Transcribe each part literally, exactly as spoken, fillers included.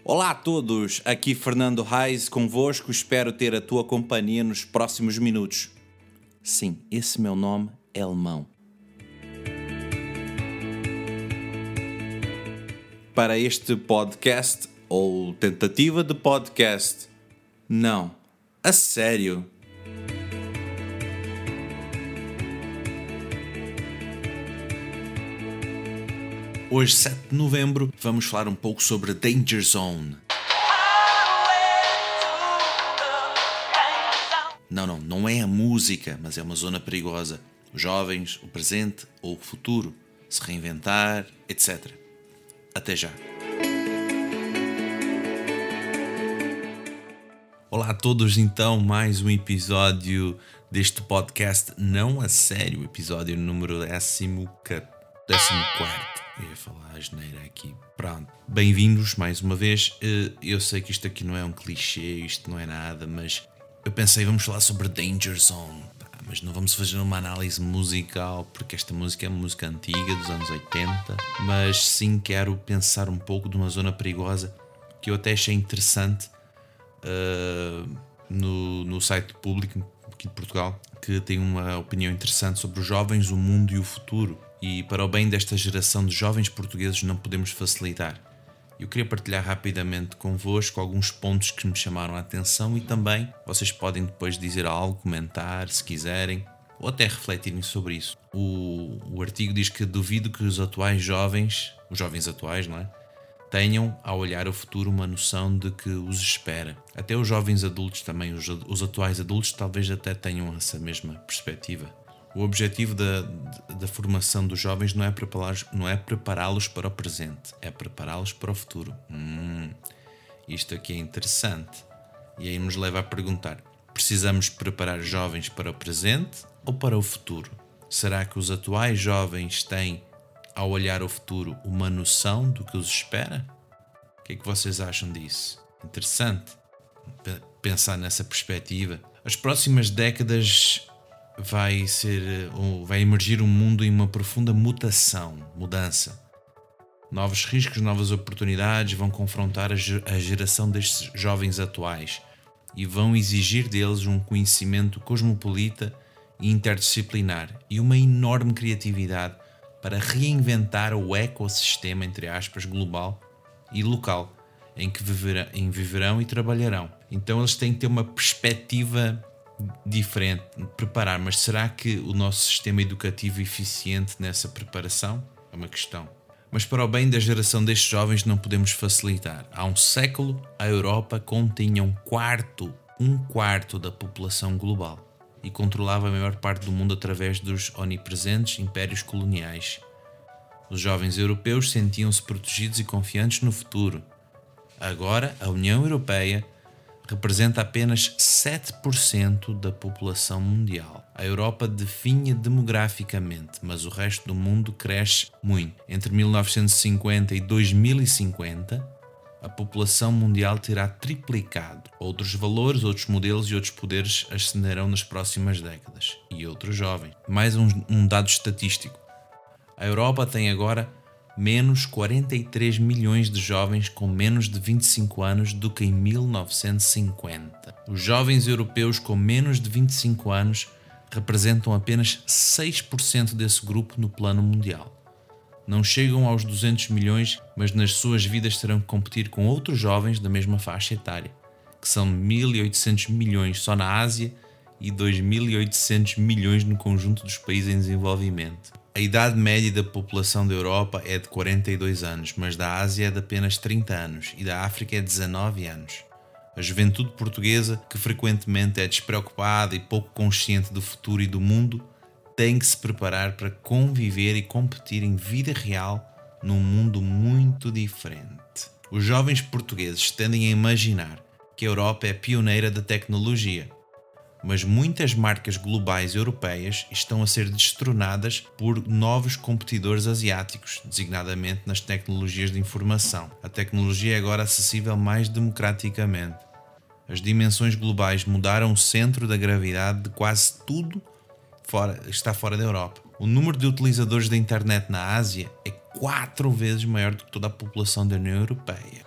Olá a todos, aqui Fernando Reis convosco, espero ter a tua companhia nos próximos minutos. Sim, esse meu nome é alemão. Para este podcast, ou tentativa de podcast, não, a sério. Hoje, sete de novembro, vamos falar um pouco sobre Danger Zone. Não, não, não é a música, mas é uma zona perigosa. Os jovens, o presente ou o futuro, se reinventar, etcétera. Até já. Olá a todos, então, mais um episódio deste podcast Não a Sério, episódio número décimo quarto. Eu ia falar a asneira aqui. Pronto. Bem-vindos mais uma vez. Eu sei que isto aqui não é um clichê, isto não é nada, mas eu pensei, vamos falar sobre Danger Zone. Mas não vamos fazer uma análise musical, porque esta música é uma música antiga, dos anos oitenta. Mas sim quero pensar um pouco de uma zona perigosa que eu até achei interessante uh, no, no site público aqui de Portugal, que tem uma opinião interessante sobre os jovens, o mundo e o futuro. E para o bem desta geração de jovens portugueses não podemos facilitar. Eu queria partilhar rapidamente convosco alguns pontos que me chamaram a atenção e também vocês podem depois dizer algo, comentar se quiserem ou até refletirem sobre isso. O, o artigo diz que duvido que os atuais jovens, os jovens atuais, não é? Tenham, ao olhar o futuro, uma noção de que os espera. Até os jovens adultos também, os, os atuais adultos talvez até tenham essa mesma perspectiva. O objetivo da, da formação dos jovens não é prepará-los, não é prepará-los para o presente, é prepará-los para o futuro. Hum, isto aqui é interessante. E aí nos leva a perguntar, precisamos preparar jovens para o presente ou para o futuro? Será que os atuais jovens têm, ao olhar o futuro, uma noção do que os espera? O que é que vocês acham disso? Interessante pensar nessa perspectiva. As próximas décadas vai ser, vai emergir um mundo em uma profunda mutação, mudança. Novos riscos, novas oportunidades vão confrontar a geração destes jovens atuais e vão exigir deles um conhecimento cosmopolita e interdisciplinar e uma enorme criatividade para reinventar o ecossistema, entre aspas, global e local em que viverão, em viverão e trabalharão. Então eles têm que ter uma perspectiva diferente, preparar, mas será que o nosso sistema educativo é eficiente nessa preparação? É uma questão. Mas para o bem da geração destes jovens não podemos facilitar. Há um século, a Europa continha um quarto, um quarto da população global e controlava a maior parte do mundo através dos onipresentes impérios coloniais. Os jovens europeus sentiam-se protegidos e confiantes no futuro. Agora, a União Europeia representa apenas sete por cento da população mundial. A Europa definha demograficamente, mas o resto do mundo cresce muito. Entre mil novecentos e cinquenta e dois mil e cinquenta, a população mundial terá triplicado. Outros valores, outros modelos e outros poderes ascenderão nas próximas décadas. E outros jovens. Mais um, um dado estatístico. A Europa tem agora menos quarenta e três milhões de jovens com menos de vinte e cinco anos do que em mil novecentos e cinquenta. Os jovens europeus com menos de vinte e cinco anos representam apenas seis por cento desse grupo no plano mundial. Não chegam aos duzentos milhões, mas nas suas vidas terão que competir com outros jovens da mesma faixa etária, que são mil e oitocentos milhões só na Ásia e dois mil e oitocentos milhões no conjunto dos países em desenvolvimento. A idade média da população da Europa é de quarenta e dois anos, mas da Ásia é de apenas trinta anos e da África é de dezanove anos. A juventude portuguesa, que frequentemente é despreocupada e pouco consciente do futuro e do mundo, tem que se preparar para conviver e competir em vida real num mundo muito diferente. Os jovens portugueses tendem a imaginar que a Europa é pioneira da tecnologia, mas muitas marcas globais europeias estão a ser destronadas por novos competidores asiáticos, designadamente nas tecnologias de informação. A tecnologia é agora acessível mais democraticamente. As dimensões globais mudaram o centro da gravidade de quase tudo fora, está fora da Europa. O número de utilizadores da internet na Ásia é quatro vezes maior do que toda a população da União Europeia.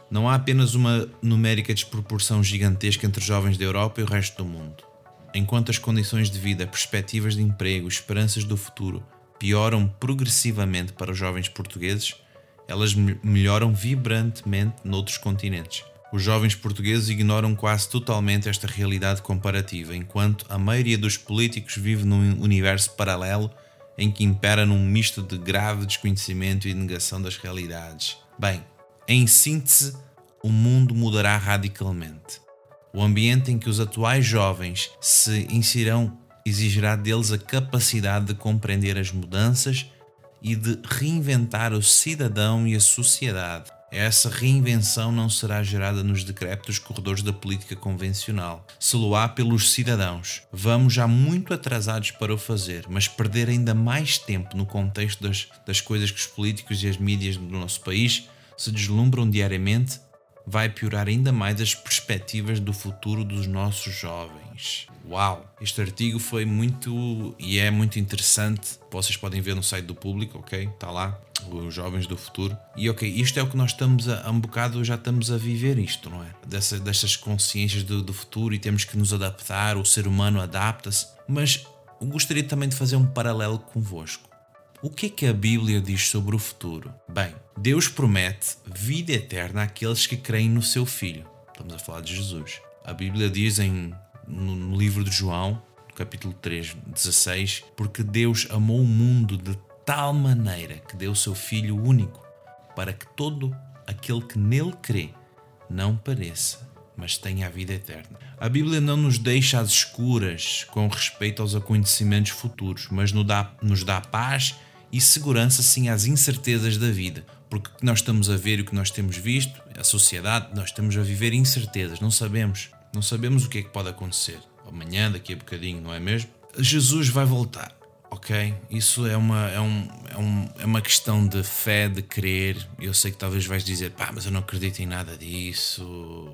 Não há apenas uma numérica desproporção gigantesca entre os jovens da Europa e o resto do mundo. Enquanto as condições de vida, perspectivas de emprego, esperanças do futuro pioram progressivamente para os jovens portugueses, elas melhoram vibrantemente noutros continentes. Os jovens portugueses ignoram quase totalmente esta realidade comparativa, enquanto a maioria dos políticos vive num universo paralelo em que impera num misto de grave desconhecimento e negação das realidades. Bem, em síntese, o mundo mudará radicalmente. O ambiente em que os atuais jovens se inserirão exigirá deles a capacidade de compreender as mudanças e de reinventar o cidadão e a sociedade. Essa reinvenção não será gerada nos decrépitos corredores da política convencional, se-lo-á pelos cidadãos. Vamos já muito atrasados para o fazer, mas perder ainda mais tempo no contexto das, das coisas que os políticos e as mídias do nosso país se deslumbram diariamente vai piorar ainda mais as perspectivas do futuro dos nossos jovens. Uau! Este artigo foi muito e é muito interessante. Vocês podem ver no site do Público, ok? Está lá, os jovens do futuro. E ok, isto é o que nós estamos a, um bocado já estamos a viver isto, não é? Dessa, destas consciências do, do futuro e temos que nos adaptar, o ser humano adapta-se. Mas eu gostaria também de fazer um paralelo convosco. O que é que a Bíblia diz sobre o futuro? Bem, Deus promete vida eterna àqueles que creem no seu Filho. Estamos a falar de Jesus. A Bíblia diz em, no, no livro de João, capítulo três, dezasseis, porque Deus amou o mundo de tal maneira que deu o seu Filho único, para que todo aquele que nele crê não pereça, mas tenha a vida eterna. A Bíblia não nos deixa às escuras com respeito aos acontecimentos futuros, mas nos dá, nos dá paz e segurança sim às incertezas da vida, porque o que nós estamos a ver e o que nós temos visto, a sociedade, nós estamos a viver incertezas, não sabemos, não sabemos o que é que pode acontecer, amanhã, daqui a bocadinho, não é mesmo? Jesus vai voltar, ok? Isso é uma, é um, é um, é uma questão de fé, de crer. Eu sei que talvez vais dizer, pá, mas eu não acredito em nada disso.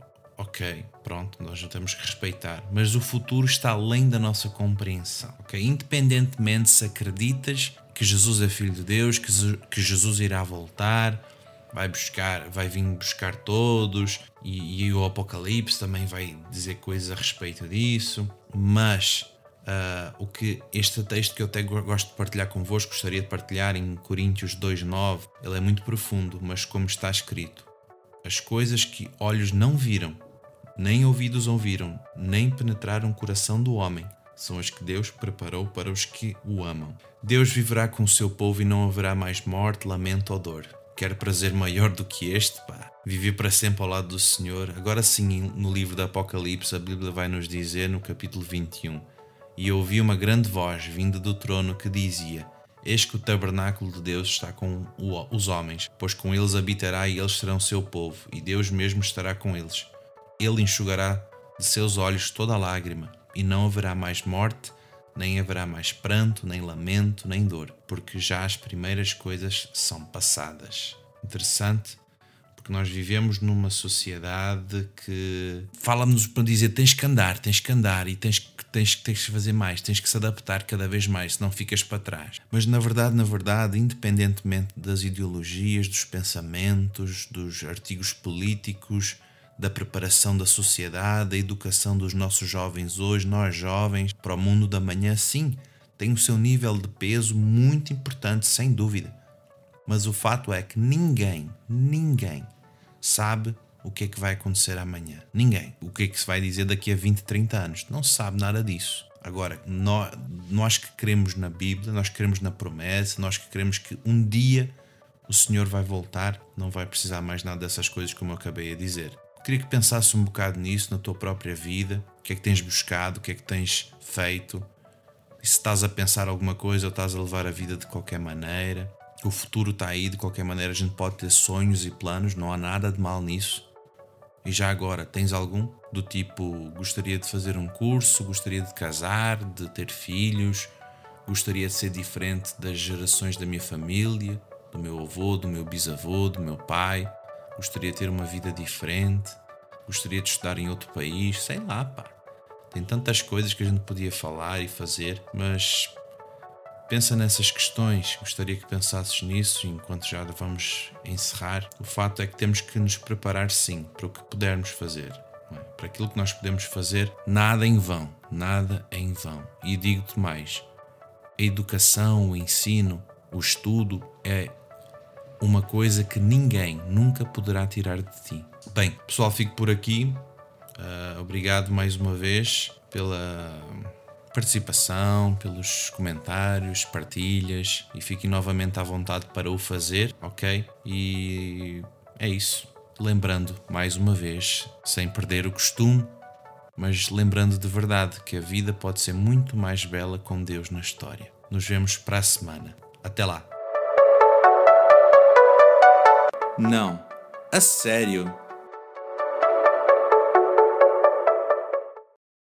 Ok, pronto, nós já temos que respeitar. Mas o futuro está além da nossa compreensão, ok? Independentemente se acreditas que Jesus é Filho de Deus, que, que Jesus irá voltar, vai buscar, vai vir buscar todos, e, e o Apocalipse também vai dizer coisas a respeito disso. Mas uh, o que este texto que eu até gosto de partilhar convosco, gostaria de partilhar em Coríntios dois, nove, ele é muito profundo, mas como está escrito, as coisas que olhos não viram, nem ouvidos ouviram, nem penetraram o coração do homem, são as que Deus preparou para os que o amam. Deus viverá com o seu povo e não haverá mais morte, lamento ou dor. Quer prazer maior do que este, pá? Viver para sempre ao lado do Senhor. Agora sim, no livro do Apocalipse, a Bíblia vai nos dizer, no capítulo vinte e um, e eu ouvi uma grande voz vinda do trono que dizia, eis que o tabernáculo de Deus está com os homens, pois com eles habitará e eles serão seu povo, e Deus mesmo estará com eles. Ele enxugará de seus olhos toda a lágrima, e não haverá mais morte, nem haverá mais pranto, nem lamento, nem dor, porque já as primeiras coisas são passadas. Interessante, porque nós vivemos numa sociedade que fala-nos para dizer tens que andar, tens que andar e tens que, tens, tens que fazer mais, tens que se adaptar cada vez mais, senão ficas para trás. Mas na verdade, na verdade, independentemente das ideologias, dos pensamentos, dos artigos políticos, da preparação da sociedade, da educação dos nossos jovens hoje, nós jovens, para o mundo da manhã, sim, tem o seu nível de peso muito importante, sem dúvida. Mas o fato é que ninguém, ninguém sabe o que é que vai acontecer amanhã. Ninguém. O que é que se vai dizer daqui a vinte, trinta anos. Não se sabe nada disso. Agora, nós, nós que queremos na Bíblia, nós que queremos na promessa, nós que queremos que um dia o Senhor vai voltar, não vai precisar mais nada dessas coisas como eu acabei a dizer. Queria que pensasse um bocado nisso, na tua própria vida. O que é que tens buscado, o que é que tens feito. E se estás a pensar alguma coisa ou estás a levar a vida de qualquer maneira. O futuro está aí, de qualquer maneira a gente pode ter sonhos e planos, não há nada de mal nisso. E já agora, tens algum? Do tipo, gostaria de fazer um curso, gostaria de casar, de ter filhos, gostaria de ser diferente das gerações da minha família, do meu avô, do meu bisavô, do meu pai. Gostaria de ter uma vida diferente, gostaria de estudar em outro país, sei lá, pá. Tem tantas coisas que a gente podia falar e fazer, mas Pensa nessas questões, gostaria que pensasses nisso enquanto já vamos encerrar. O fato é que temos que nos preparar sim para o que pudermos fazer, não é? Para aquilo que nós podemos fazer, nada em vão, nada em vão. E digo-te mais, a educação, o ensino, o estudo é uma coisa que ninguém nunca poderá tirar de ti. Bem, pessoal, fico por aqui. Uh, obrigado mais uma vez pela participação, pelos comentários, partilhas, e fiquem novamente à vontade para o fazer, ok? E é isso. Lembrando, mais uma vez, sem perder o costume, mas lembrando de verdade que a vida pode ser muito mais bela com Deus na história. Nos vemos para a semana. Até lá! Não, a sério?